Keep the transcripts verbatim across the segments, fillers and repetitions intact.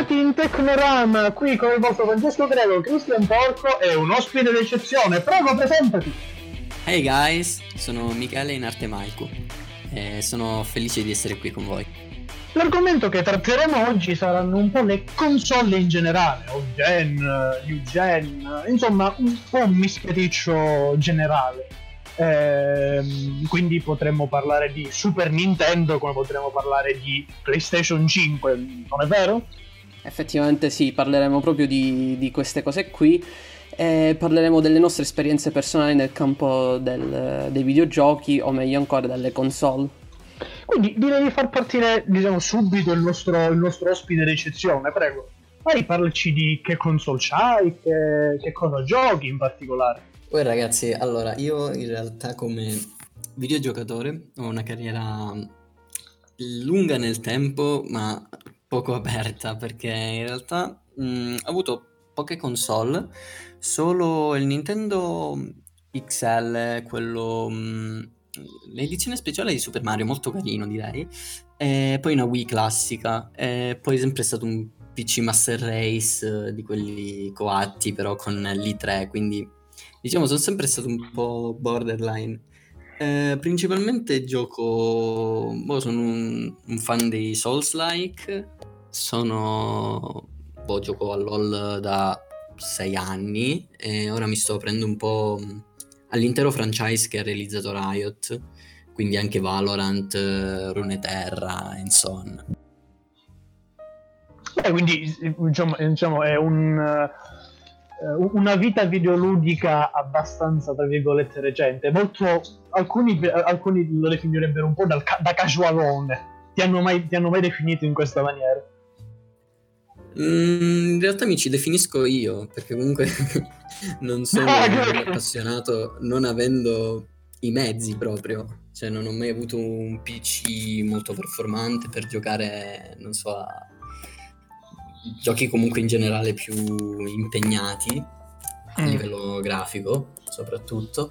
Bentornati in Tecnorama, qui con il vostro Francesco Greco, Cristian Porco e un ospite d'eccezione. Prego, presentati! Hey guys, sono Michele in arte Maiku e sono felice di essere qui con voi. L'argomento che tratteremo oggi saranno un po' le console in generale, old gen, new gen, insomma un po' un mischieticcio generale. Ehm, quindi potremmo parlare di Super Nintendo come potremmo parlare di PlayStation cinque, non è vero? Effettivamente sì, parleremo proprio di, di queste cose qui e parleremo delle nostre esperienze personali nel campo del, dei videogiochi, o meglio ancora delle console. Quindi direi di far partire, diciamo, subito il nostro, il nostro ospite d'eccezione, prego. Vai, parlaci di che console c'hai, che, che cosa giochi in particolare. Poi ragazzi, allora io in realtà come videogiocatore ho una carriera lunga nel tempo ma poco aperta, perché in realtà mh, ho avuto poche console, solo il Nintendo X L, quello mh, l'edizione speciale di Super Mario, molto carino direi, e poi una Wii classica, e poi sempre stato un P C Master Race eh, di quelli coatti però con l'I tre, quindi diciamo sono sempre stato un po' borderline. Eh, principalmente gioco, boh, sono un, un fan dei Souls-like, sono, boh, gioco a LoL da sei anni e ora mi sto aprendo un po' all'intero franchise che ha realizzato Riot, quindi anche Valorant, eh, Runeterra e so on. Beh, quindi diciamo, diciamo è un, uh, una vita videoludica abbastanza, tra virgolette, recente. Molto, alcuni, alcuni lo definirebbero un po' da, da casualone. Ti hanno, mai, ti hanno mai definito in questa maniera? Mm, in realtà mi ci definisco io, perché comunque non sono Ah, un che- appassionato, non avendo i mezzi proprio, cioè non ho mai avuto un P C molto performante per giocare, non so, a giochi comunque in generale più impegnati a Mm. livello grafico soprattutto.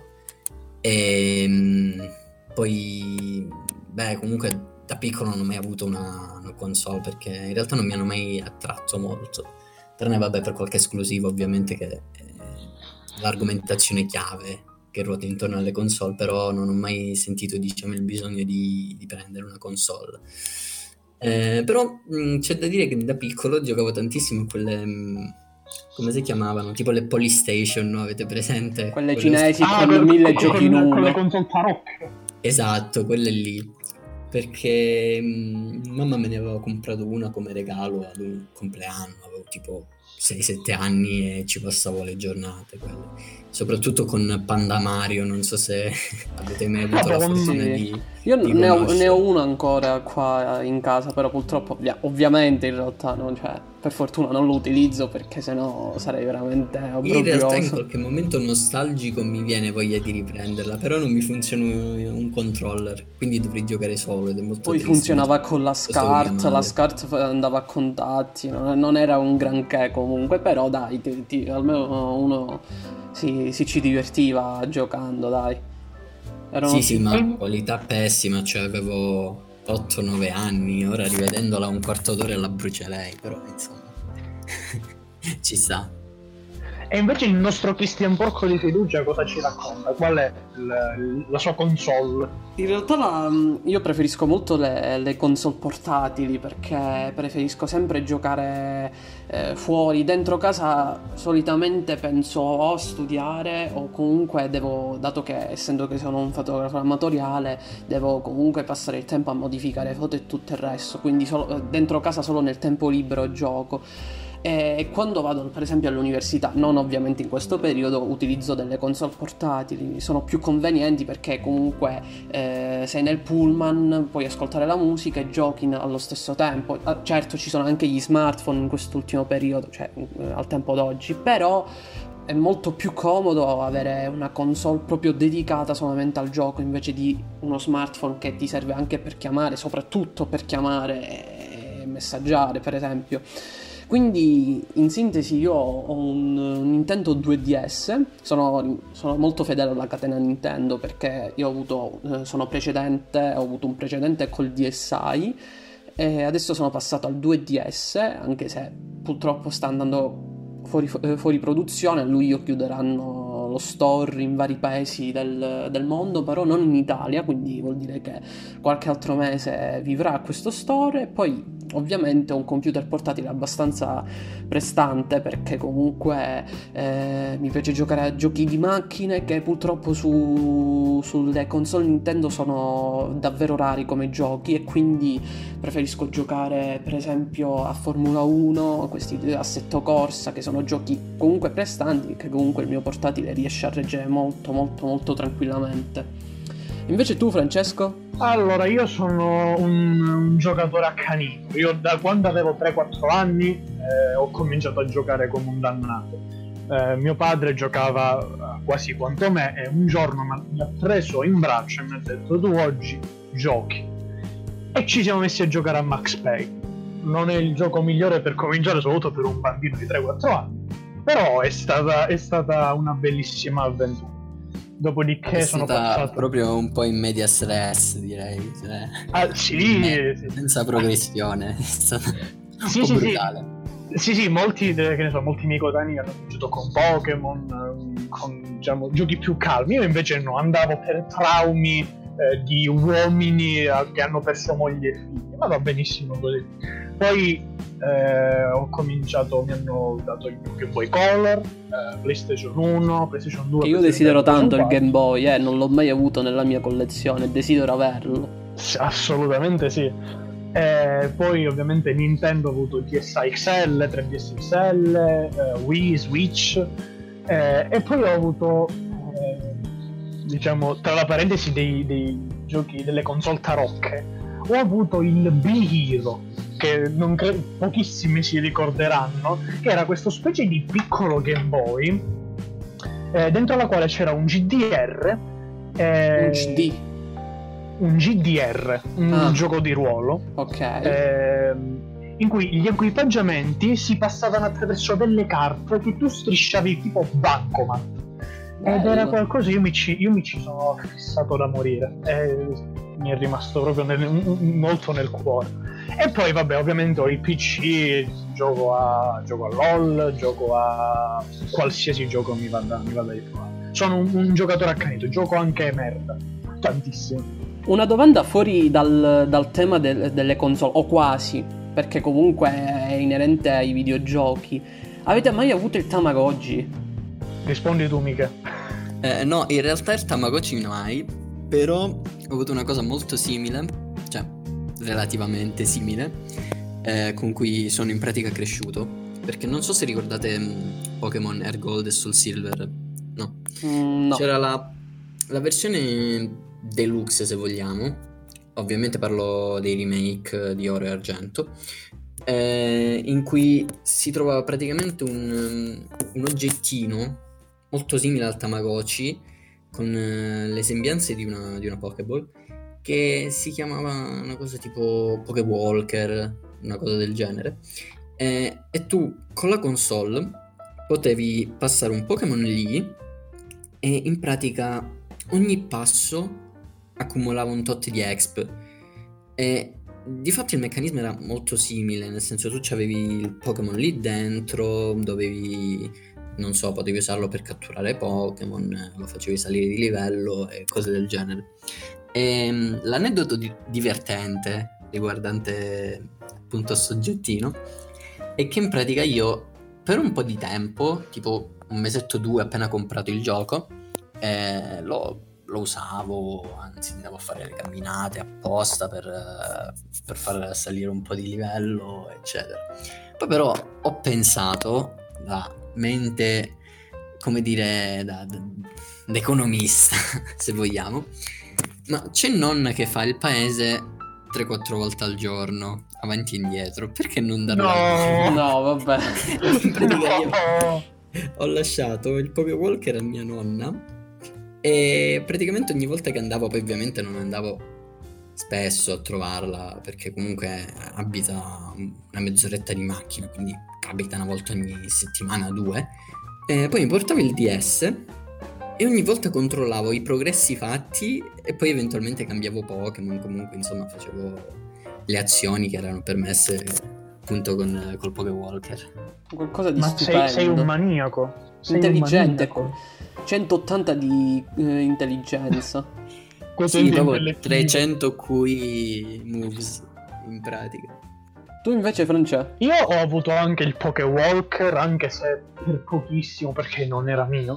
E mm, poi beh, comunque da piccolo non ho mai avuto una, una console, perché in realtà non mi hanno mai attratto molto, tranne vabbè per qualche esclusiva ovviamente, che è l'argomentazione chiave che ruota intorno alle console, però non ho mai sentito, diciamo, il bisogno di, di prendere una console. Eh, però mh, c'è da dire che da piccolo giocavo tantissimo a quelle, mh, come si chiamavano? Tipo le Polystation, no? Avete presente? Quelle Quelle cinesi Ah, con con, mille con- giochi in con- con le uno. console tarocche. Esatto, quelle lì. Perché mh, mamma me ne aveva comprato una come regalo ad un compleanno, avevo tipo sei sette anni e ci passavo le giornate quelle. Soprattutto con Panda Mario, non so se avete mai avuto la Madonna. fortuna Sì. di, Io di ne ho, ne conoscere. ho una ancora qua in casa, però purtroppo ovvia- ovviamente in realtà no, cioè, per fortuna non lo utilizzo perché sennò sarei veramente In realtà in obbrobioso. qualche momento nostalgico mi viene voglia di riprenderla, però non mi funziona un controller, quindi dovrei giocare solo ed è molto Poi triste. funzionava mi- con la questo mi SCART, la male. SCART fa- andava a contatti, non, non era un granché comunque, però dai, ti- ti- almeno uno si, si ci divertiva giocando, dai. Erano Sì, sì, ottimi. ma qualità pessima, cioè avevo otto nove anni, ora rivedendola un quarto d'ora la brucerei, però insomma ci sta. E invece il nostro Cristian Porco di fiducia cosa ci racconta? Qual è il- la sua console? In realtà la- io preferisco molto le, le console portatili perché preferisco sempre giocare eh, fuori. Dentro casa solitamente penso o a studiare o comunque devo, dato che essendo che sono un fotografo amatoriale, devo comunque passare il tempo a modificare foto e tutto il resto, quindi solo- dentro casa solo nel tempo libero gioco. E quando vado per esempio all'università, non ovviamente in questo periodo, utilizzo delle console portatili, sono più convenienti perché comunque eh, sei nel pullman, puoi ascoltare la musica e giochi in- allo stesso tempo. Ah, certo ci sono anche gli smartphone in quest'ultimo periodo, cioè eh, al tempo d'oggi, però è molto più comodo avere una console proprio dedicata solamente al gioco invece di uno smartphone che ti serve anche per chiamare, soprattutto per chiamare e messaggiare per esempio. Quindi in sintesi io ho un, un Nintendo due D S, sono, sono molto fedele alla catena Nintendo perché io ho avuto, eh, sono precedente, ho avuto un precedente col D S i e adesso sono passato al due D S, anche se purtroppo sta andando fuori, fuori produzione, a luglio chiuderanno lo store in vari paesi del, del mondo, però non in Italia, quindi vuol dire che qualche altro mese vivrà questo store. E poi ovviamente ho un computer portatile abbastanza prestante, perché comunque eh, mi piace giocare a giochi di macchine che purtroppo su, sulle console Nintendo sono davvero rari come giochi, e quindi preferisco giocare per esempio a Formula uno, questi Assetto Corsa, che sono giochi comunque prestanti, che comunque il mio portatile riesce a reggere molto molto molto tranquillamente. Invece tu, Francesco? Allora, io sono un, un giocatore accanito. Io da quando avevo tre quattro anni eh, ho cominciato a giocare come un dannato. Eh, mio padre giocava eh, quasi quanto me, e un giorno mi ha preso in braccio e mi ha detto: tu oggi giochi. E ci siamo messi a giocare a Max Payne. Non è il gioco migliore per cominciare, soprattutto per un bambino di tre quattro anni, però è stata, è stata una bellissima avventura. Dopodiché è sono stata passato proprio un po' in medias res, direi, cioè, ah, sì, me- sì. senza progressione, è stata un Sì, po' sì, sì. brutale. Sì, sì, molti, che ne so, molti miei coetanei hanno cominciato con Pokémon, eh, con diciamo, giochi più calmi. Io invece no, andavo per traumi eh, di uomini eh, che hanno perso moglie e figli, ma va benissimo così. Poi eh, ho cominciato, mi hanno dato il Game Boy Color, eh, PlayStation uno, PlayStation due. Che io PlayStation desidero tre, tanto il quattro. Game Boy, eh, non l'ho mai avuto nella mia collezione, desidero averlo. Sì, assolutamente sì. Eh, poi ovviamente Nintendo ha avuto il D S i X L, tre D S X L, eh, Wii, Switch, eh, e poi ho avuto eh, diciamo tra la parentesi dei, dei giochi delle console tarocche, ho avuto il B-Hero, che non cre- pochissimi si ricorderanno, che era questo specie di piccolo Game Boy eh, dentro la quale c'era un G D R, eh, Un C D. un G D R, un Ah. gioco di ruolo, Ok. ehm, in cui gli equipaggiamenti si passavano attraverso delle carte che tu strisciavi tipo bancomat. Ed Bello. era qualcosa, io mi ci, io mi ci sono fissato da morire, e mi è rimasto proprio nel, molto nel cuore. E poi vabbè, ovviamente ho il P C, gioco a, gioco a LOL, gioco a qualsiasi gioco mi vada, mi vada di trovare. Sono un, un giocatore accanito, gioco anche merda, tantissimo. Una domanda fuori dal, dal tema del- delle console, o quasi, perché comunque è inerente ai videogiochi. Avete mai avuto il Tamagotchi? Rispondi tu, mica. Eh, no, in realtà il Tamagotchi mai, però ho avuto una cosa molto simile, cioè relativamente simile, eh, con cui sono in pratica cresciuto, perché non so se ricordate mh, Pokémon Air Gold e Soul Silver, no? Mm, no. C'era la, la versione deluxe, se vogliamo, ovviamente parlo dei remake di Oro e Argento, eh, in cui si trovava praticamente un, un oggettino molto simile al Tamagotchi, con eh, le sembianze di una, di una Pokéball, che si chiamava una cosa tipo Pokéwalker, una cosa del genere, eh, e tu con la console potevi passare un Pokémon lì, e in pratica ogni passo accumulava un tot di exp, e difatti il meccanismo era molto simile, nel senso tu c'avevi il Pokémon lì dentro, dovevi, non so, potevi usarlo per catturare Pokémon, lo facevi salire di livello e cose del genere. E l'aneddoto di- divertente riguardante appunto sto oggettino è che in pratica io per un po' di tempo, tipo un mesetto o due appena comprato il gioco, eh, lo, lo usavo, anzi andavo a fare le camminate apposta per, eh, per far salire un po' di livello, eccetera. Poi però ho pensato, da mente, come dire, da, da, da economista, se vogliamo, ma c'è nonna che fa il paese tre quattro volte al giorno, avanti e indietro, perché non darlo a No. No, vabbè. In pratica io No. ho lasciato il Pokéwalker a mia nonna, e praticamente ogni volta che andavo, poi ovviamente non andavo spesso a trovarla, perché comunque abita una mezz'oretta di macchina, quindi capita una volta ogni settimana, due, e poi mi portavo il D S e ogni volta controllavo i progressi fatti, e poi eventualmente cambiavo Pokémon, comunque insomma facevo le azioni che erano permesse appunto con col Pokewalker. Qualcosa di Ma stupendo. sei, sei un maniaco. Sei Intelligente, un maniaco. centottanta di eh, intelligenza. Questo Sì, è proprio intellettivo. trecento Q I moves in pratica. Tu invece, Francia? Io ho avuto anche il Pokewalker, anche se per pochissimo, perché non era mio.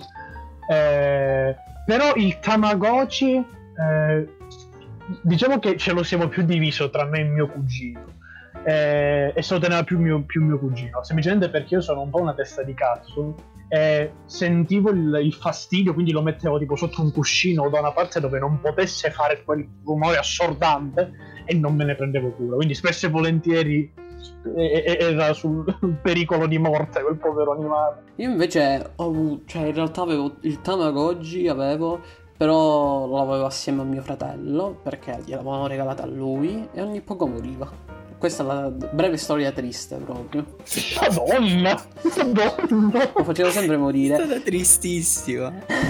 Eh, però il Tamagotchi, eh, diciamo che ce lo siamo più diviso tra me e mio cugino. Eh, e se lo teneva più mio, più mio cugino, semplicemente perché io sono un po' una testa di cazzo e sentivo il, il fastidio, quindi lo mettevo tipo sotto un cuscino o da una parte dove non potesse fare quel rumore assordante e non me ne prendevo cura, quindi spesso e volentieri era sul pericolo di morte quel povero animale. Io invece ho avuto, cioè in realtà avevo il Tamagotchi, avevo, però lo avevo assieme a mio fratello perché gliel'avevano regalato a lui e ogni poco moriva. Questa è la breve storia triste proprio. Madonna, Madonna. Lo facevo sempre morire. È stata tristissima.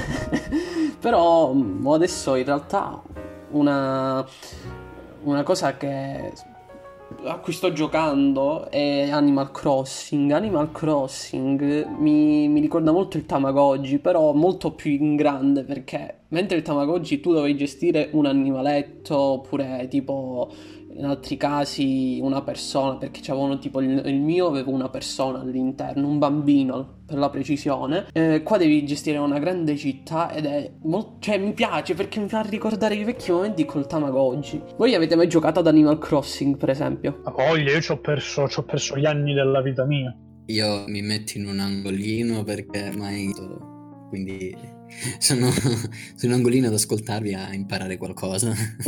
Però mh, adesso in realtà una, una cosa che a cui sto giocando è Animal Crossing. Animal Crossing mi, mi ricorda molto il Tamagotchi, però molto più in grande, perché mentre il Tamagotchi tu dovevi gestire un animaletto oppure tipo in altri casi una persona, perché c'avevano tipo il, il mio aveva una persona all'interno, un bambino per la precisione. Eh, qua devi gestire una grande città ed è molto, cioè mi piace perché mi fa ricordare i vecchi momenti col Tamagotchi. Voi avete mai giocato ad Animal Crossing, per esempio? Ma voglia, io ci ho perso, ci ho perso gli anni della vita mia. Io mi metto in un angolino perché mai quindi sono su un angolino ad ascoltarvi a imparare qualcosa.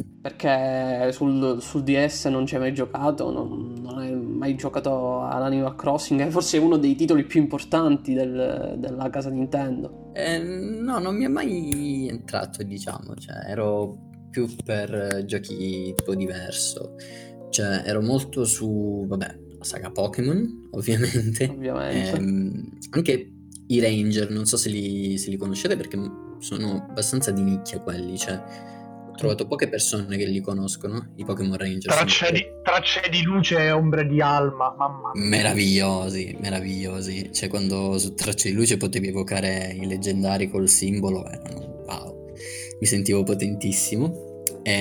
Perché sul, sul D S non ci hai mai giocato, non, non hai mai giocato ad Animal Crossing, è forse uno dei titoli più importanti del- della casa Nintendo. Eh, no, non mi è mai entrato, diciamo, cioè ero più per eh, giochi tipo diverso, cioè ero molto su, vabbè, la saga Pokémon, ovviamente, Ovviamente. Ehm, anche i Ranger, non so se li, se li conoscete perché sono abbastanza di nicchia quelli, cioè ho trovato poche persone che li conoscono, i Pokémon Ranger. Tracce di, tracce di luce e ombre di alma, mamma mia. Meravigliosi, meravigliosi. Cioè, quando su Tracce di Luce potevi evocare i leggendari col simbolo, erano wow, mi sentivo potentissimo.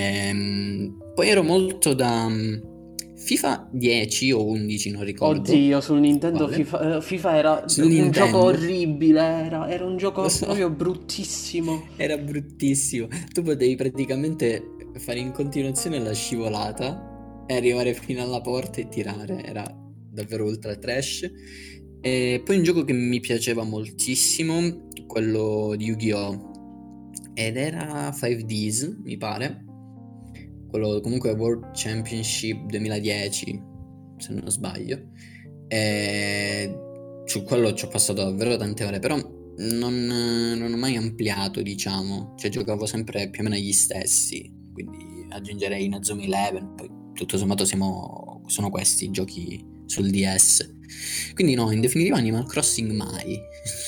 Ehm, poi ero molto da mm, FIFA dieci o undici, non ricordo. Oddio, sul Nintendo quale. FIFA, eh, FIFA era Sul un Nintendo. gioco orribile, era, era un gioco Lo so. proprio bruttissimo. Era bruttissimo. Tu potevi praticamente fare in continuazione la scivolata e arrivare fino alla porta e tirare. Era davvero ultra trash. E poi un gioco che mi piaceva moltissimo, quello di Yu-Gi-Oh! Ed era cinque Ds, mi pare. Quello comunque World Championship duemiladieci, se non sbaglio. E su quello ci ho passato davvero tante ore, però non, non ho mai ampliato, diciamo, cioè giocavo sempre più o meno agli stessi, quindi aggiungerei Inazuma Eleven, poi tutto sommato siamo, sono questi i giochi sul D S, quindi no, in definitiva Animal Crossing mai,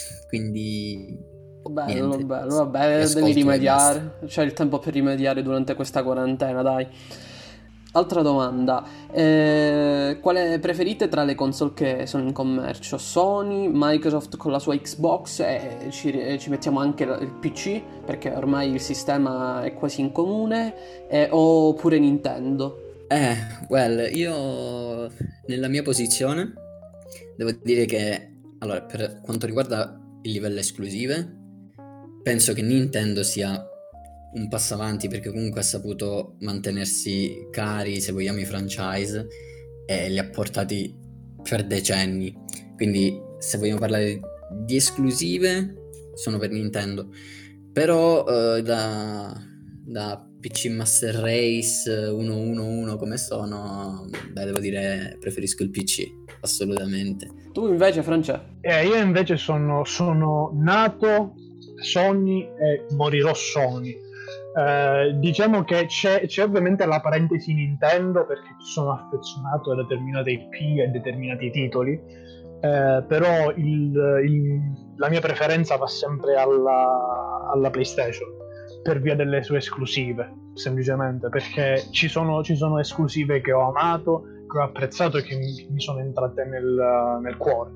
quindi Bello, niente, bello, mi vabbè, devi ascolto e rimediare, c'è il tempo per rimediare durante questa quarantena, dai. Altra domanda, eh, quale preferite tra le console che sono in commercio? Sony, Microsoft con la sua Xbox e ci, e ci mettiamo anche la- il P C perché ormai il sistema è quasi in comune, eh, oppure Nintendo? Eh, well, io nella mia posizione devo dire che, allora, per quanto riguarda il livello esclusive, penso che Nintendo sia un passo avanti perché comunque ha saputo mantenersi cari, se vogliamo, i franchise e li ha portati per decenni. Quindi, se vogliamo parlare di esclusive, sono per Nintendo. Però eh, da, da P C Master Race centouno come sono, beh, devo dire, preferisco il P C, assolutamente. Tu invece, Francia? Eh, io invece sono, sono nato Sony e morirò Sony. Eh, diciamo che c'è, c'è ovviamente la parentesi Nintendo perché sono affezionato a determinate I P e determinati titoli, eh, però il, il- la mia preferenza va sempre alla, alla PlayStation. per via delle sue esclusive, semplicemente perché ci sono, ci sono esclusive che ho amato, che ho apprezzato e che mi, mi sono entrate nel, nel cuore,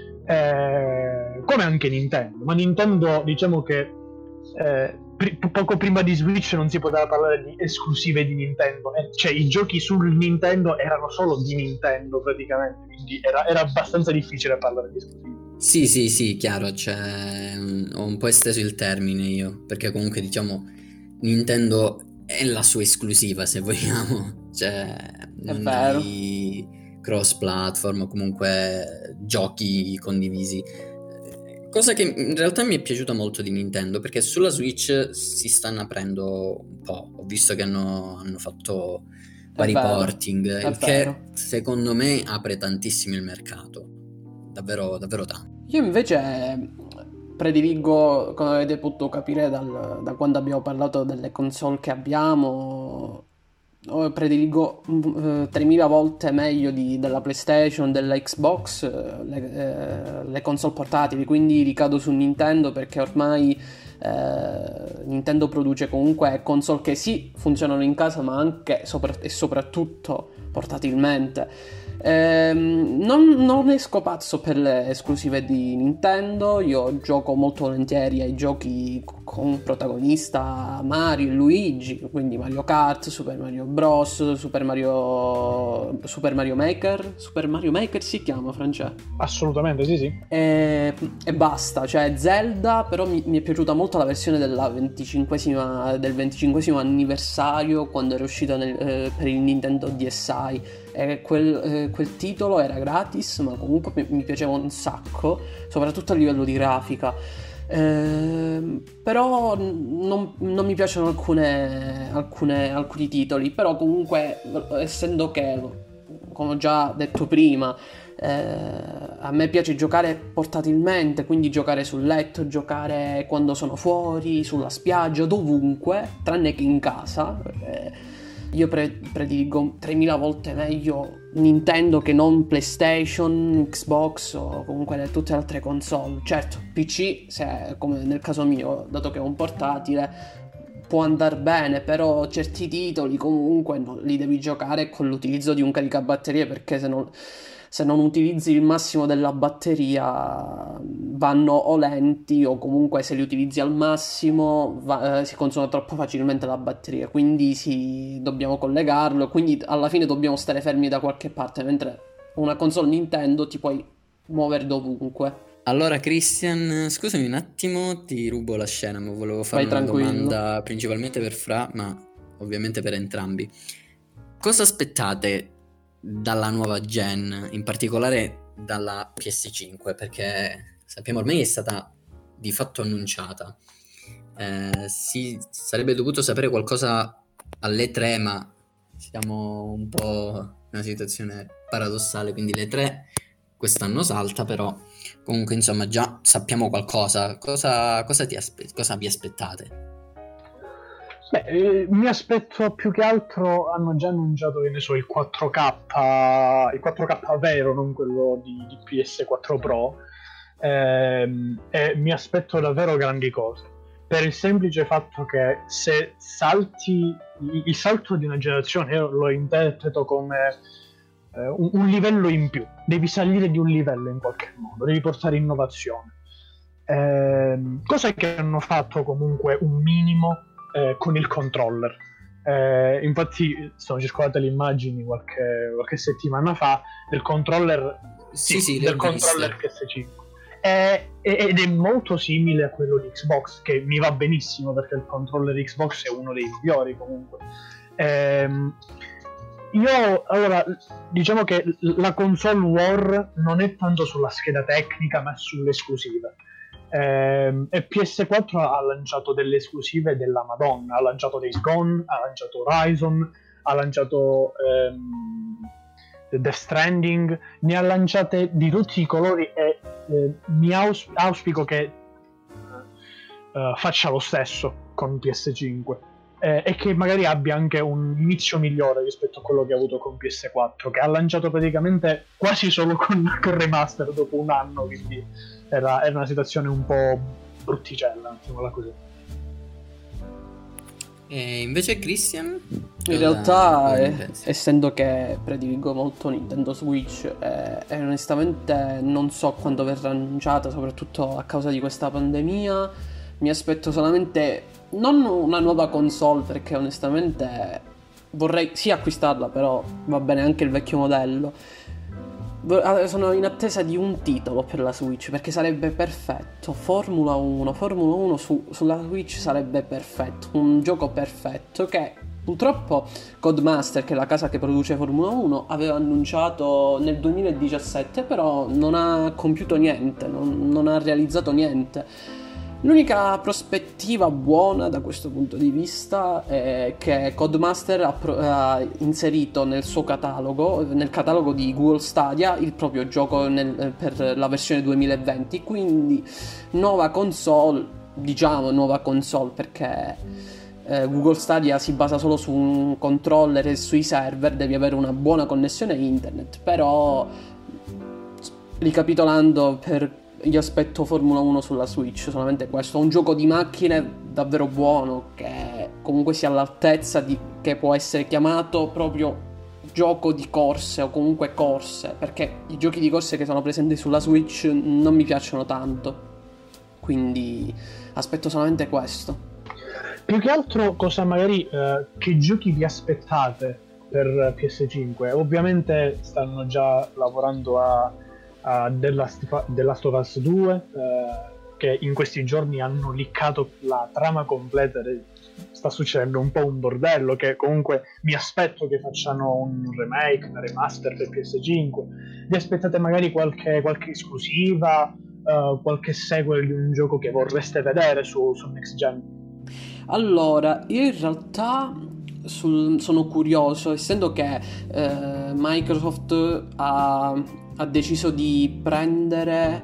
eh, come anche Nintendo. Ma Nintendo, diciamo che eh, pri- poco prima di Switch non si poteva parlare di esclusive di Nintendo, eh, cioè i giochi sul Nintendo erano solo di Nintendo praticamente, quindi era, era abbastanza difficile parlare di esclusive. Sì, sì, sì, chiaro, cioè, mm, ho un po' esteso il termine io, perché comunque diciamo Nintendo è la sua esclusiva, se vogliamo, cioè non vero. hai cross-platform o comunque giochi condivisi, cosa che in realtà mi è piaciuta molto di Nintendo, perché sulla Switch si stanno aprendo un po', ho visto che hanno, hanno fatto vari vero, porting, è il vero. che secondo me apre tantissimo il mercato, davvero, davvero tanto. Io invece prediligo, come avete potuto capire dal- da quando abbiamo parlato delle console che abbiamo, eh, prediligo eh, tremila volte meglio di- della PlayStation, della Xbox, eh, le, eh, le console portatili, quindi ricado su Nintendo perché ormai eh, Nintendo produce comunque console che sì, funzionano in casa, ma anche sopra- e soprattutto portatilmente. Ehm, non, non esco pazzo per le esclusive di Nintendo, io gioco molto volentieri ai giochi con protagonista Mario e Luigi, quindi Mario Kart, Super Mario Bros, Super Mario, Super Mario Maker, Super Mario Maker si chiama, Francesco? Assolutamente, sì, sì. E, e basta, cioè Zelda, però mi, mi è piaciuta molto la versione della venticinquesima, del venticinquesimo anniversario quando era uscita nel, eh, per il Nintendo D S i. E quel, eh, quel titolo era gratis, ma comunque mi, mi piaceva un sacco, soprattutto a livello di grafica. Ehm, però non, non mi piacciono alcune, alcune, alcuni titoli, però comunque essendo che, come ho già detto prima, eh, a me piace giocare portatilmente, quindi giocare sul letto, giocare quando sono fuori, sulla spiaggia, dovunque, tranne che in casa. Eh, io pre- prediligo tremila volte meglio Nintendo che non PlayStation, Xbox o comunque le, tutte le altre console. Certo, P C, se, come nel caso mio, dato che è un portatile, può andare bene, però certi titoli comunque no, li devi giocare con l'utilizzo di un caricabatterie, perché se non, se non utilizzi il massimo della batteria vanno o lenti, o comunque se li utilizzi al massimo va, eh, si consuma troppo facilmente la batteria, quindi sì, dobbiamo collegarlo, quindi alla fine dobbiamo stare fermi da qualche parte, mentre una console Nintendo ti puoi muovere dovunque. Allora Christian, scusami un attimo, ti rubo la scena, ma volevo fare Vai una tranquillo. domanda principalmente per Fra, ma ovviamente per entrambi. Cosa aspettate dalla nuova gen, in particolare dalla P S cinque? Perché sappiamo ormai è stata di fatto annunciata. Eh, si sarebbe dovuto sapere qualcosa alle tre, ma siamo un po' in una situazione paradossale, quindi le tre quest'anno salta, però comunque insomma già sappiamo qualcosa. Cosa, cosa, ti aspe- cosa vi aspettate? Beh, eh, mi aspetto più che altro, hanno già annunciato, che ne so, il quattro K, il quattro K vero, non quello di, di P S quattro Pro, ehm, e mi aspetto davvero grandi cose, per il semplice fatto che se salti, il, il salto di una generazione, io lo interpreto come eh, un, un livello in più, devi salire di un livello in qualche modo, devi portare innovazione, ehm, cosa che hanno fatto comunque un minimo Eh, con il controller. Eh, infatti sono circolate le immagini qualche, qualche settimana fa del controller, Sì, sì, sì, le del ho controller viste. P S cinque. È, ed è molto simile a quello di Xbox, che mi va benissimo perché il controller Xbox è uno dei migliori comunque. Ehm, io allora diciamo che la console war non è tanto sulla scheda tecnica ma sulle esclusive. Eh, e P S quattro ha lanciato delle esclusive della Madonna, ha lanciato Days Gone, ha lanciato Horizon, ha lanciato ehm, Death Stranding, ne ha lanciate di tutti i colori e eh, mi aus- auspico che uh, faccia lo stesso con P S cinque eh, e che magari abbia anche un inizio migliore rispetto a quello che ha avuto con P S quattro, che ha lanciato praticamente quasi solo con, con remaster dopo un anno, quindi Era, era una situazione un po' brutticella, mettiamola così. E invece Christian? In realtà, eh, essendo che prediligo molto Nintendo Switch eh, e onestamente non so quando verrà annunciata, soprattutto a causa di questa pandemia, mi aspetto solamente non una nuova console, perché onestamente vorrei sì acquistarla, però va bene anche il vecchio modello. Sono in attesa di un titolo per la Switch, perché sarebbe perfetto. Formula uno, Formula uno su, sulla Switch sarebbe perfetto, un gioco perfetto che purtroppo Codemaster, che è la casa che produce Formula uno, aveva annunciato nel duemiladiciassette, però non ha compiuto niente, non, non ha realizzato niente. L'unica prospettiva buona da questo punto di vista è che Codemaster ha, pro- ha inserito nel suo catalogo, nel catalogo di Google Stadia, il proprio gioco nel- per la versione duemilaventi, quindi nuova console, diciamo nuova console perché eh, Google Stadia si basa solo su un controller e sui server, devi avere una buona connessione internet, però ricapitolando, per io aspetto Formula uno sulla Switch, solamente questo, un gioco di macchine davvero buono che comunque sia all'altezza di che può essere chiamato proprio gioco di corse o comunque corse, perché i giochi di corse che sono presenti sulla Switch non mi piacciono tanto, quindi aspetto solamente questo. Più che altro cosa magari eh, che giochi vi aspettate per P S cinque? Ovviamente stanno già lavorando a Uh, The Last of Us due, uh, che in questi giorni hanno liccato la trama completa e sta succedendo un po' un bordello, che comunque mi aspetto che facciano un remake, una remaster per P S cinque. Vi aspettate magari qualche, qualche esclusiva, uh, qualche sequel di un gioco che vorreste vedere su, su Next Gen? Allora, io in realtà sul, sono curioso, essendo che eh, Microsoft ha, ha deciso di prendere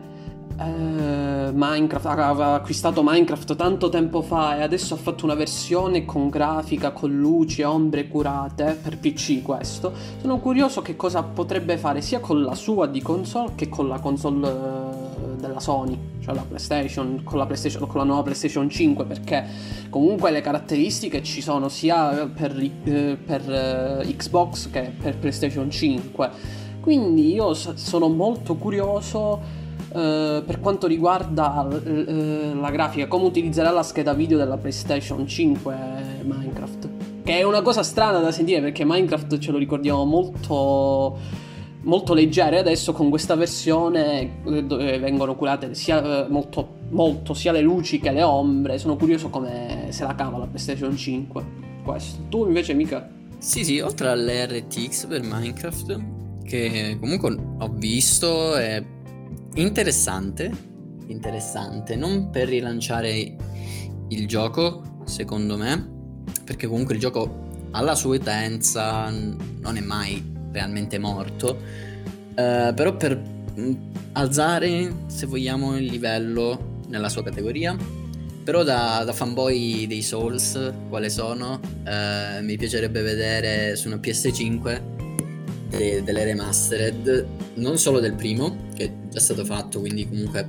eh, Minecraft, aveva acquistato Minecraft tanto tempo fa e adesso ha fatto una versione con grafica, con luci e ombre curate per P C. Questo sono curioso che cosa potrebbe fare sia con la sua di console che con la console eh, della Sony, cioè la PlayStation, con la PlayStation, con la nuova PlayStation cinque, perché comunque le caratteristiche ci sono sia per, eh, per eh, Xbox che per PlayStation cinque, quindi io sono molto curioso Uh, per quanto riguarda uh, la grafica, come utilizzerà la scheda video della PlayStation cinque Minecraft, che è una cosa strana da sentire perché Minecraft ce lo ricordiamo molto molto leggero, e adesso con questa versione dove vengono curate sia, molto, molto sia le luci che le ombre, sono curioso come se la cava la PlayStation cinque. Questo. Tu invece, mica? Sì sì, oltre alle R T X per Minecraft, che comunque ho visto, è interessante, interessante, non per rilanciare il gioco, secondo me, perché comunque il gioco ha la sua utenza, non è mai realmente morto, eh, però per mh, alzare, se vogliamo, il livello nella sua categoria. Però da, da fanboy dei Souls, quale sono, eh, mi piacerebbe vedere su una P S cinque delle remastered, non solo del primo, che è già stato fatto, quindi comunque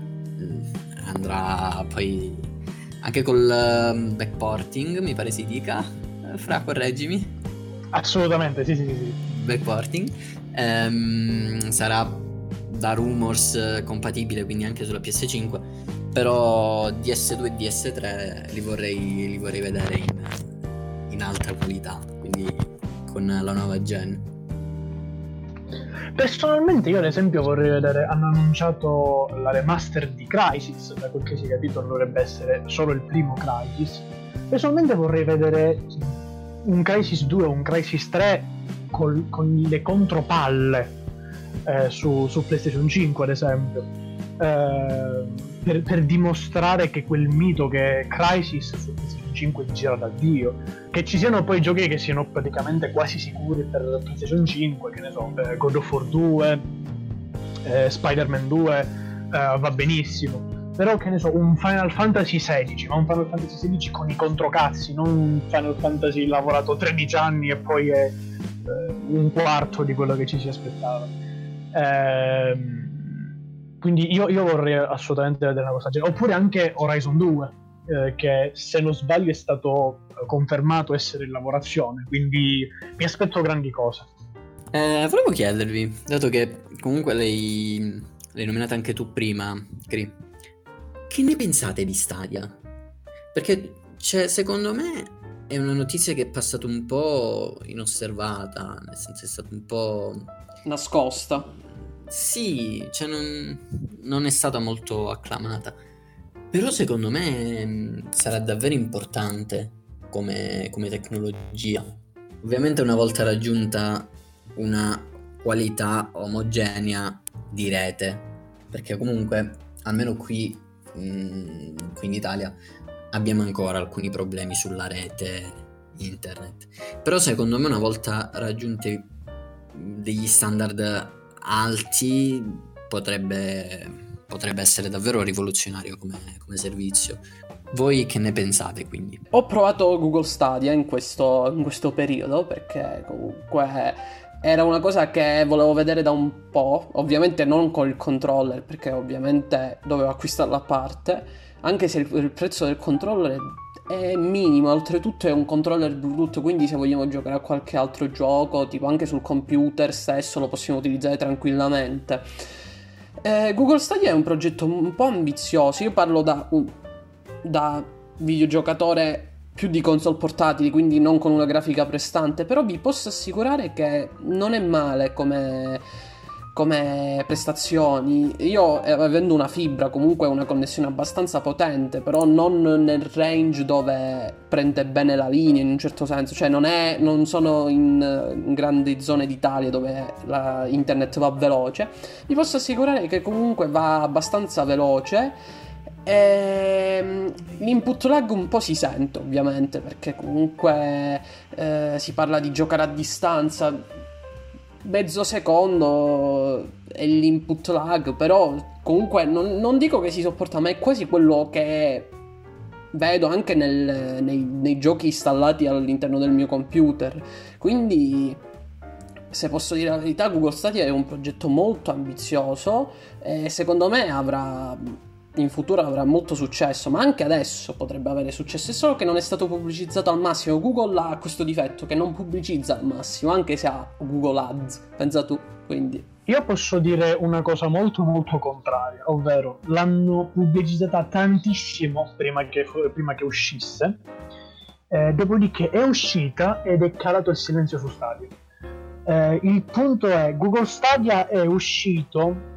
andrà poi anche col backporting, mi pare si dica. Fra, correggimi. Assolutamente, sì sì sì. Backporting ehm, sarà da rumors compatibile, quindi anche sulla P S cinque, però D S due e D S tre li vorrei, li vorrei vedere in, in alta qualità, quindi con la nuova gen. Personalmente io ad esempio vorrei vedere, hanno annunciato la remaster di Crysis, da quel che si è capito dovrebbe essere solo il primo Crysis. Personalmente vorrei vedere un Crysis due o un Crysis tre col, con le contropalle eh, su, su PlayStation cinque ad esempio, eh, per, per dimostrare che quel mito che è Crysis su PlayStation cinque gira da Dio, che ci siano poi giochi che siano praticamente quasi sicuri per PlayStation cinque, che ne so, eh, God of War due, eh, Spider-Man due, eh, va benissimo, però che ne so, un Final Fantasy sedici, ma un Final Fantasy sedici con i controcazzi, non un Final Fantasy lavorato tredici anni e poi è eh, un quarto di quello che ci si aspettava. Ehm Quindi io, io vorrei assolutamente vedere una cosa del genere. Oppure anche Horizon due, eh, che se non sbaglio è stato confermato essere in lavorazione, quindi mi aspetto grandi cose. Eh, volevo chiedervi, dato che comunque lei l'hai nominata anche tu prima, Cri, che ne pensate di Stadia? Perché cioè, secondo me è una notizia che è passata un po' inosservata, nel senso è stata un po' nascosta. Sì, cioè non, non è stata molto acclamata. Però secondo me mh, sarà davvero importante come, come tecnologia. Ovviamente una volta raggiunta una qualità omogenea di rete, perché comunque almeno qui, mh, qui in Italia abbiamo ancora alcuni problemi sulla rete internet. Però secondo me una volta raggiunti degli standard alti potrebbe, potrebbe essere davvero rivoluzionario come, come servizio. Voi che ne pensate quindi? Ho provato Google Stadia in questo, in questo periodo perché comunque era una cosa che volevo vedere da un po', ovviamente non con il controller perché ovviamente dovevo acquistarla a parte, anche se il, il prezzo del controller è minimo, oltretutto è un controller Bluetooth, quindi se vogliamo giocare a qualche altro gioco, tipo anche sul computer stesso, lo possiamo utilizzare tranquillamente. Eh, Google Stadia è un progetto un po' ambizioso, io parlo da, un, da videogiocatore più di console portatili, quindi non con una grafica prestante, però vi posso assicurare che non è male come... come prestazioni. Io avendo una fibra comunque una connessione abbastanza potente, però non nel range dove prende bene la linea in un certo senso, cioè non è non sono in, in grandi zone d'Italia dove la internet va veloce. Vi posso assicurare che comunque va abbastanza veloce. E l'input lag un po' si sente ovviamente perché comunque eh, si parla di giocare a distanza, mezzo secondo è l'input lag, però comunque non, non dico che si sopporta, ma è quasi quello che vedo anche nel, nei, nei giochi installati all'interno del mio computer. Quindi, se posso dire la verità, Google Stadia è un progetto molto ambizioso e secondo me avrà in futuro avrà molto successo, ma anche adesso potrebbe avere successo, è solo che non è stato pubblicizzato al massimo. Google ha questo difetto che non pubblicizza al massimo, anche se ha Google Ads, pensa tu, quindi io posso dire una cosa molto molto contraria, ovvero l'hanno pubblicizzata tantissimo prima che, prima che uscisse, eh, dopodiché è uscita ed è calato il silenzio su Stadia. Eh, il punto è, Google Stadia è uscito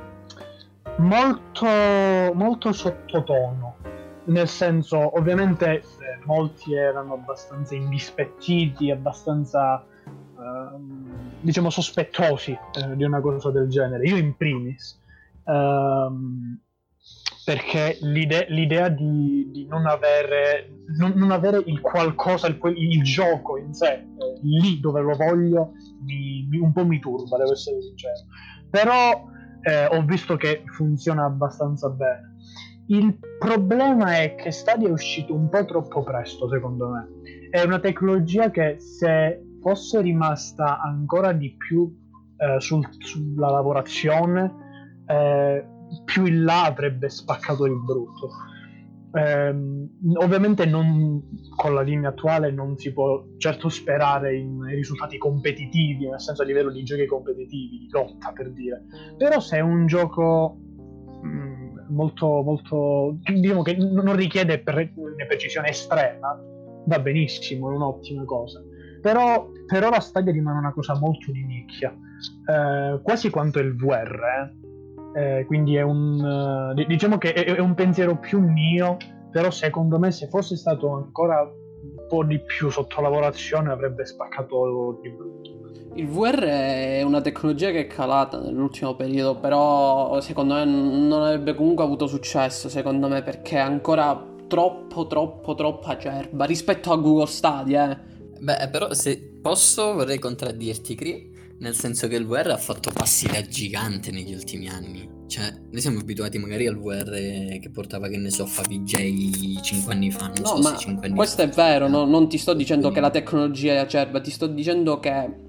molto molto sottotono, nel senso, ovviamente eh, molti erano abbastanza indispettiti, abbastanza eh, diciamo sospettosi eh, di una cosa del genere, io in primis, ehm, perché l'idea, l'idea di, di non avere non, non avere il qualcosa, il, il gioco in sé eh, lì dove lo voglio mi, mi, un po' mi turba, devo essere sincero, però Eh, ho visto che funziona abbastanza bene. Il problema è che Stadia è uscito un po' troppo presto, secondo me. È una tecnologia che se fosse rimasta ancora di più eh, sul, sulla lavorazione, eh, più in là avrebbe spaccato il brutto. Eh, ovviamente non, con la linea attuale non si può certo sperare in risultati competitivi, nel senso a livello di giochi competitivi, di lotta per dire, però se è un gioco mh, molto molto diciamo che non richiede pre- una precisione estrema, va benissimo, è un'ottima cosa, però per ora Stadia rimane una cosa molto di nicchia, eh, quasi quanto il V R, eh. Eh, quindi è un uh, diciamo che è, è un pensiero più mio, però secondo me se fosse stato ancora un po' di più sotto lavorazione avrebbe spaccato di brutto. il V R è una tecnologia che è calata nell'ultimo periodo, però secondo me non avrebbe comunque avuto successo, secondo me, perché è ancora troppo troppo troppo acerba rispetto a Google Stadia, eh. Beh, però se posso vorrei contraddirti, Cri, nel senso che il V R ha fatto passi da gigante negli ultimi anni. Cioè, noi siamo abituati magari al V R che portava, che ne so, Favij cinque anni fa, non No, so ma se cinque anni questo fa. è vero, no? Non ti sto dicendo Quindi... che la tecnologia è acerba, ti sto dicendo che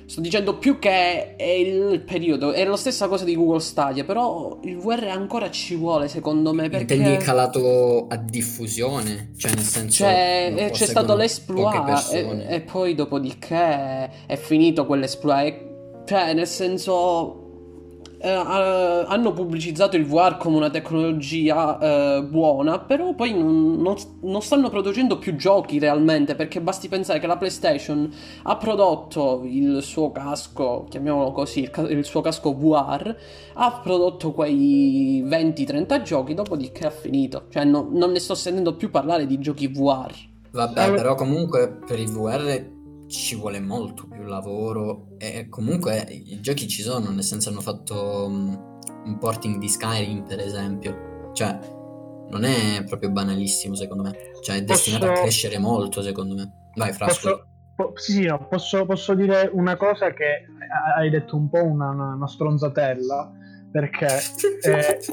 sto dicendo più che è il periodo, è la stessa cosa di Google Stadia, però il V R ancora ci vuole secondo me, perché Intendi è calato a diffusione, cioè nel senso cioè, lo eh, c'è stato posseggono poche l'esploit e, persone. e poi dopodiché è finito quell'esploit. E- Cioè, nel senso, eh, ha- hanno pubblicizzato il V R come una tecnologia eh, buona, però poi non, non- non stanno producendo più giochi realmente, perché basti pensare che la PlayStation ha prodotto il suo casco, chiamiamolo così, il, ca- il suo casco V R, ha prodotto quei venti trenta giochi, dopodiché ha finito. Cioè, no- non ne sto sentendo più parlare di giochi V R. Vabbè, Allora, però comunque per il V R ci vuole molto più lavoro e comunque i giochi ci sono, nel senso hanno fatto mm, un porting di Skyrim per esempio, cioè non è proprio banalissimo secondo me, cioè è destinato a posso, crescere molto secondo me. Vai, Fra, scusa. posso, po- sì, sì, no, posso, posso dire una cosa che hai detto un po' una, una, una stronzatella, perché, eh,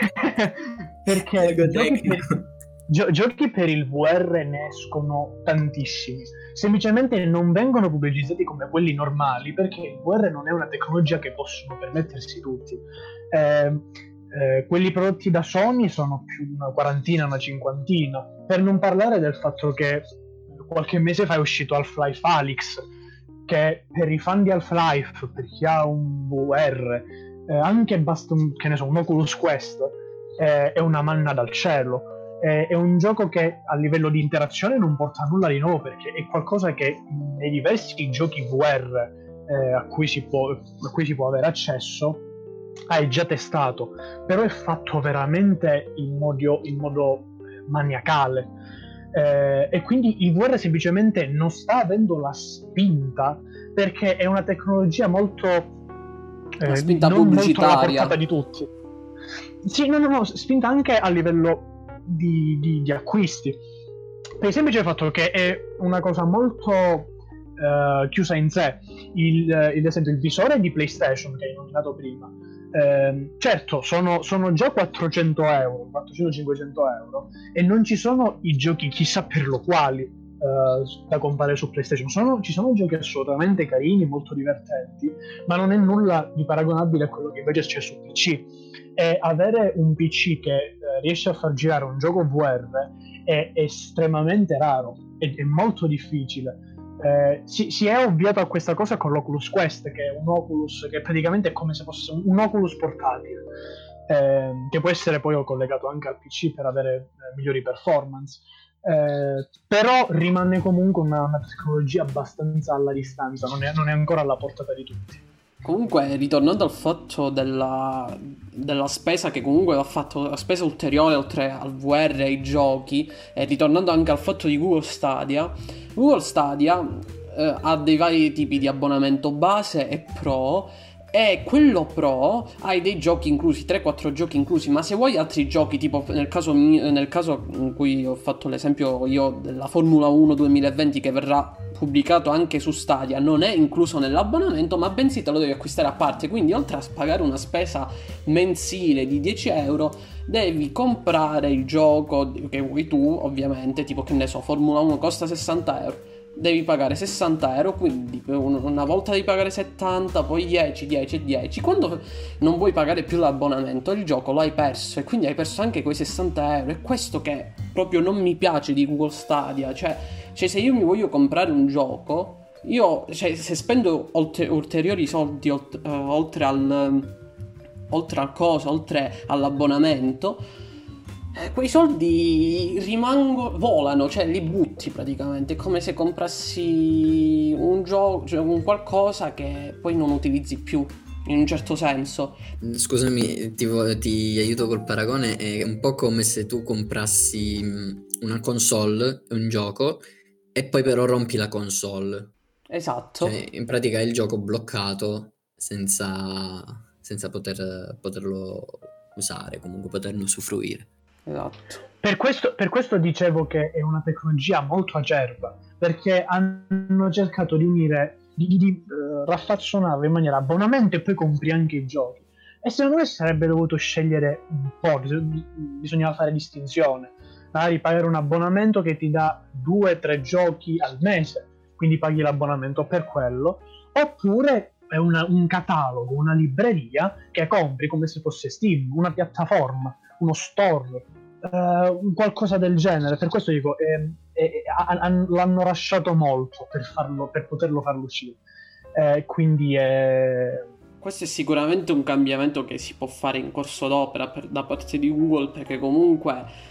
perché Gioco giochi per, tecnico. gio- giochi per il V R ne escono tantissimi, semplicemente non vengono pubblicizzati come quelli normali, perché il V R non è una tecnologia che possono permettersi tutti. Eh, eh, quelli prodotti da Sony sono più una quarantina, una cinquantina, per non parlare del fatto che qualche mese fa è uscito Half-Life Alyx, che per i fan di Half-Life, per chi ha un V R, eh, anche basta un, che ne so, un Oculus Quest, eh, è una manna dal cielo. Eh, è un gioco che a livello di interazione non porta nulla di nuovo, perché è qualcosa che nei diversi giochi V R eh, a, cui si può, a cui si può avere accesso hai già testato, però è fatto veramente in modo, in modo maniacale. Eh, e quindi il V R semplicemente non sta avendo la spinta, perché è una tecnologia molto La eh, spinta non molto alla pubblicitaria. portata di tutti. Sì, no, no, no, spinta anche a livello di, di, di acquisti, per il semplice fatto che è una cosa molto eh, chiusa in sé. Il, il, ad esempio il visore di PlayStation che hai nominato prima, eh, certo sono, sono già quattrocento euro, quattrocento cinquecento euro, e non ci sono i giochi chissà per lo quali eh, da comprare su PlayStation. Sono, ci sono giochi assolutamente carini, molto divertenti, ma non è nulla di paragonabile a quello che invece c'è su P C. E avere un P C che eh, riesce a far girare un gioco V R è estremamente raro, è, è molto difficile. Eh, si, si è ovviato a questa cosa con l'Oculus Quest, che è un Oculus che praticamente è come se fosse un, un Oculus portatile, eh, che può essere poi collegato anche al P C per avere eh, migliori performance. Eh, però rimane comunque una, una tecnologia abbastanza alla distanza, non è, non è ancora alla portata di tutti. Comunque, ritornando al fatto della, della spesa che comunque ha fatto, la spesa ulteriore oltre al V R e ai giochi, e ritornando anche al fatto di Google Stadia, Google Stadia eh, ha dei vari tipi di abbonamento base e pro, e quello pro hai dei giochi inclusi, tre quattro giochi inclusi, ma se vuoi altri giochi, tipo nel caso, mio- nel caso in cui ho fatto l'esempio io della Formula uno duemilaventi che verrà pubblicato anche su Stadia, non è incluso nell'abbonamento, ma bensì te lo devi acquistare a parte. Quindi oltre a pagare una spesa mensile di dieci euro, devi comprare il gioco che vuoi tu, ovviamente, tipo che ne so, Formula uno costa sessanta euro, devi pagare sessanta euro, quindi una volta devi pagare settanta, poi dieci, dieci e dieci. Quando non vuoi pagare più l'abbonamento, il gioco lo hai perso, e quindi hai perso anche quei sessanta euro. È questo che proprio non mi piace di Google Stadia. Cioè, cioè se io mi voglio comprare un gioco, io, cioè, se spendo oltre, ulteriori soldi olt- uh, oltre al oltre al coso, oltre all'abbonamento, eh, quei soldi rimangono, volano, cioè li butti praticamente. È come se comprassi un gioco, cioè un qualcosa che poi non utilizzi più, in un certo senso. Scusami, ti, vo- ti aiuto col paragone, è un po' come se tu comprassi mh, una console, un gioco, e poi però rompi la console. Esatto, Cioè, in pratica è il gioco bloccato senza, senza poter, poterlo usare, comunque poterne usufruire. esatto. Per questo, per questo dicevo che è una tecnologia molto acerba, perché hanno cercato di unire, di, di, di eh, raffazzonarlo in maniera abbonamento e poi compri anche i giochi. E secondo me sarebbe dovuto scegliere un po', bis- bisognava fare distinzione, magari pagare un abbonamento che ti dà due o tre giochi al mese, quindi paghi l'abbonamento per quello, oppure è una, un catalogo, una libreria che compri come se fosse Steam, una piattaforma, uno store, eh, qualcosa del genere. Per questo dico, eh, eh, eh, l'hanno lasciato molto per, farlo, per poterlo farlo uscire. Eh, quindi è... Questo è sicuramente un cambiamento che si può fare in corso d'opera per, da parte di Google, perché comunque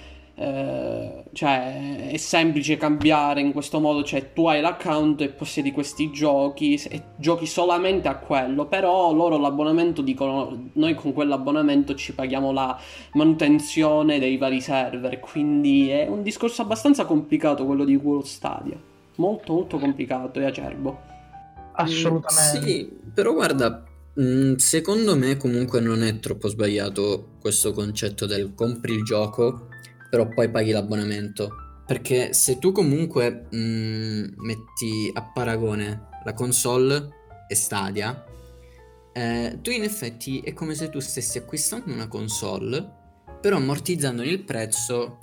eh, cioè, è semplice cambiare in questo modo, cioè tu hai l'account e possiedi questi giochi e giochi solamente a quello, però loro l'abbonamento dicono noi con quell'abbonamento ci paghiamo la manutenzione dei vari server, quindi è un discorso abbastanza complicato quello di Google Stadia, molto molto complicato e acerbo. Assolutamente. Mm, sì, però guarda, mh, secondo me comunque non è troppo sbagliato questo concetto del compri il gioco, però poi paghi l'abbonamento. Perché se tu comunque mh, metti a paragone la console e Stadia, eh, tu in effetti è come se tu stessi acquistando una console, però ammortizzando il prezzo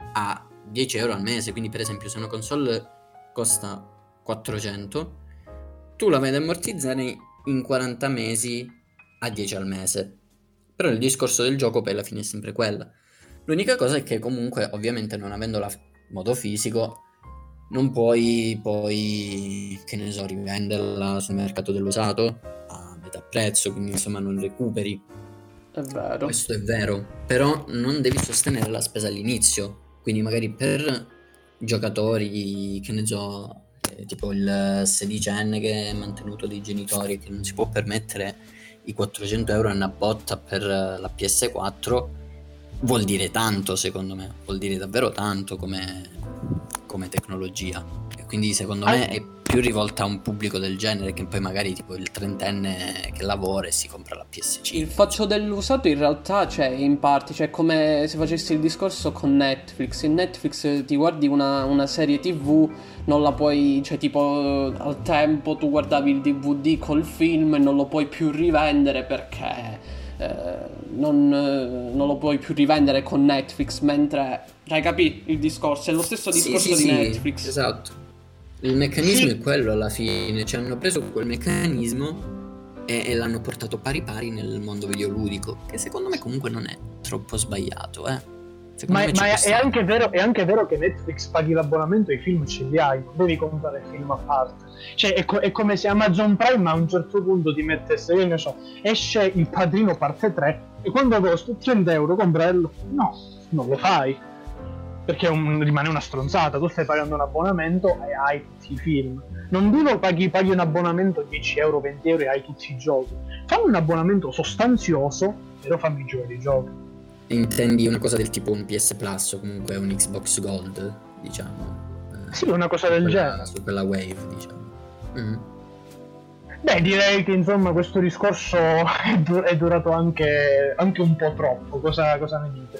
a dieci euro al mese. Quindi per esempio se una console costa quattrocento, tu la vai ad ammortizzare in quaranta mesi a dieci al mese. Però il discorso del gioco poi alla fine è sempre quella. L'unica cosa è che comunque ovviamente non avendola in modo fisico non puoi poi, che ne so, rivenderla sul mercato dell'usato a metà prezzo, quindi insomma non recuperi. È vero. Questo è vero, però non devi sostenere la spesa all'inizio, quindi magari per giocatori, che ne so, eh, tipo il sedicenne che è mantenuto dai genitori e che non si può permettere i quattrocento euro a una botta per la P S quattro, vuol dire tanto, secondo me, vuol dire davvero tanto come, come tecnologia, e quindi secondo me è più rivolta a un pubblico del genere che poi magari tipo il trentenne che lavora e si compra la P S cinque. Il faccio dell'usato in realtà c'è in parte, cioè come se facessi il discorso con Netflix. In Netflix ti guardi una, una serie tv, non la puoi, cioè tipo al tempo tu guardavi il D V D col film e non lo puoi più rivendere perché eh, non, non lo puoi più rivendere con Netflix, mentre, hai capito il discorso? È lo stesso discorso sì, sì, di sì, Netflix. Esatto. Il meccanismo Sì. è quello alla fine, cioè hanno preso quel meccanismo e, e l'hanno portato pari pari nel mondo videoludico, che secondo me comunque non è troppo sbagliato, eh. Secondo Ma, me ci ma può è, è, stare. anche vero, è anche vero che Netflix paghi l'abbonamento e i film ce li hai, non devi comprare film a parte. Cioè è, co- è come se Amazon Prime a un certo punto ti mettesse, io ne so, esce Il Padrino parte tre e quando costa trenta euro comprarlo, no, non lo fai. Perché un, rimane una stronzata, tu stai pagando un abbonamento e hai tutti i film. Non dico paghi, paghi un abbonamento dieci euro, venti euro e hai tutti i giochi. Fammi un abbonamento sostanzioso, però fammi giocare i giochi. Intendi una cosa del tipo un P S Plus o comunque un Xbox Gold, diciamo. Eh, Sì, una cosa del quella, genere. su quella wave, diciamo. Mm. Beh, direi che insomma questo discorso è, dur- è durato anche, anche un po' troppo. Cosa, cosa ne dite?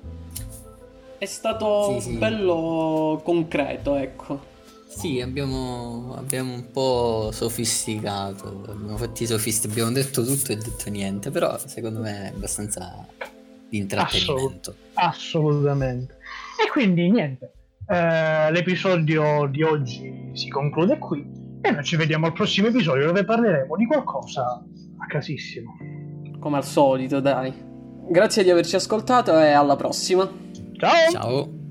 È stato Sì, sì. bello concreto, ecco. Sì, abbiamo, abbiamo un po' sofisticato, abbiamo fatti sofisti, abbiamo detto tutto e detto niente, però secondo me è abbastanza di intrattenimento. Assolut- assolutamente. E quindi niente, eh, l'episodio di oggi si conclude qui e noi ci vediamo al prossimo episodio dove parleremo di qualcosa a casissimo. Come al solito, dai. Grazie di averci ascoltato e alla prossima. Ciao! Ciao!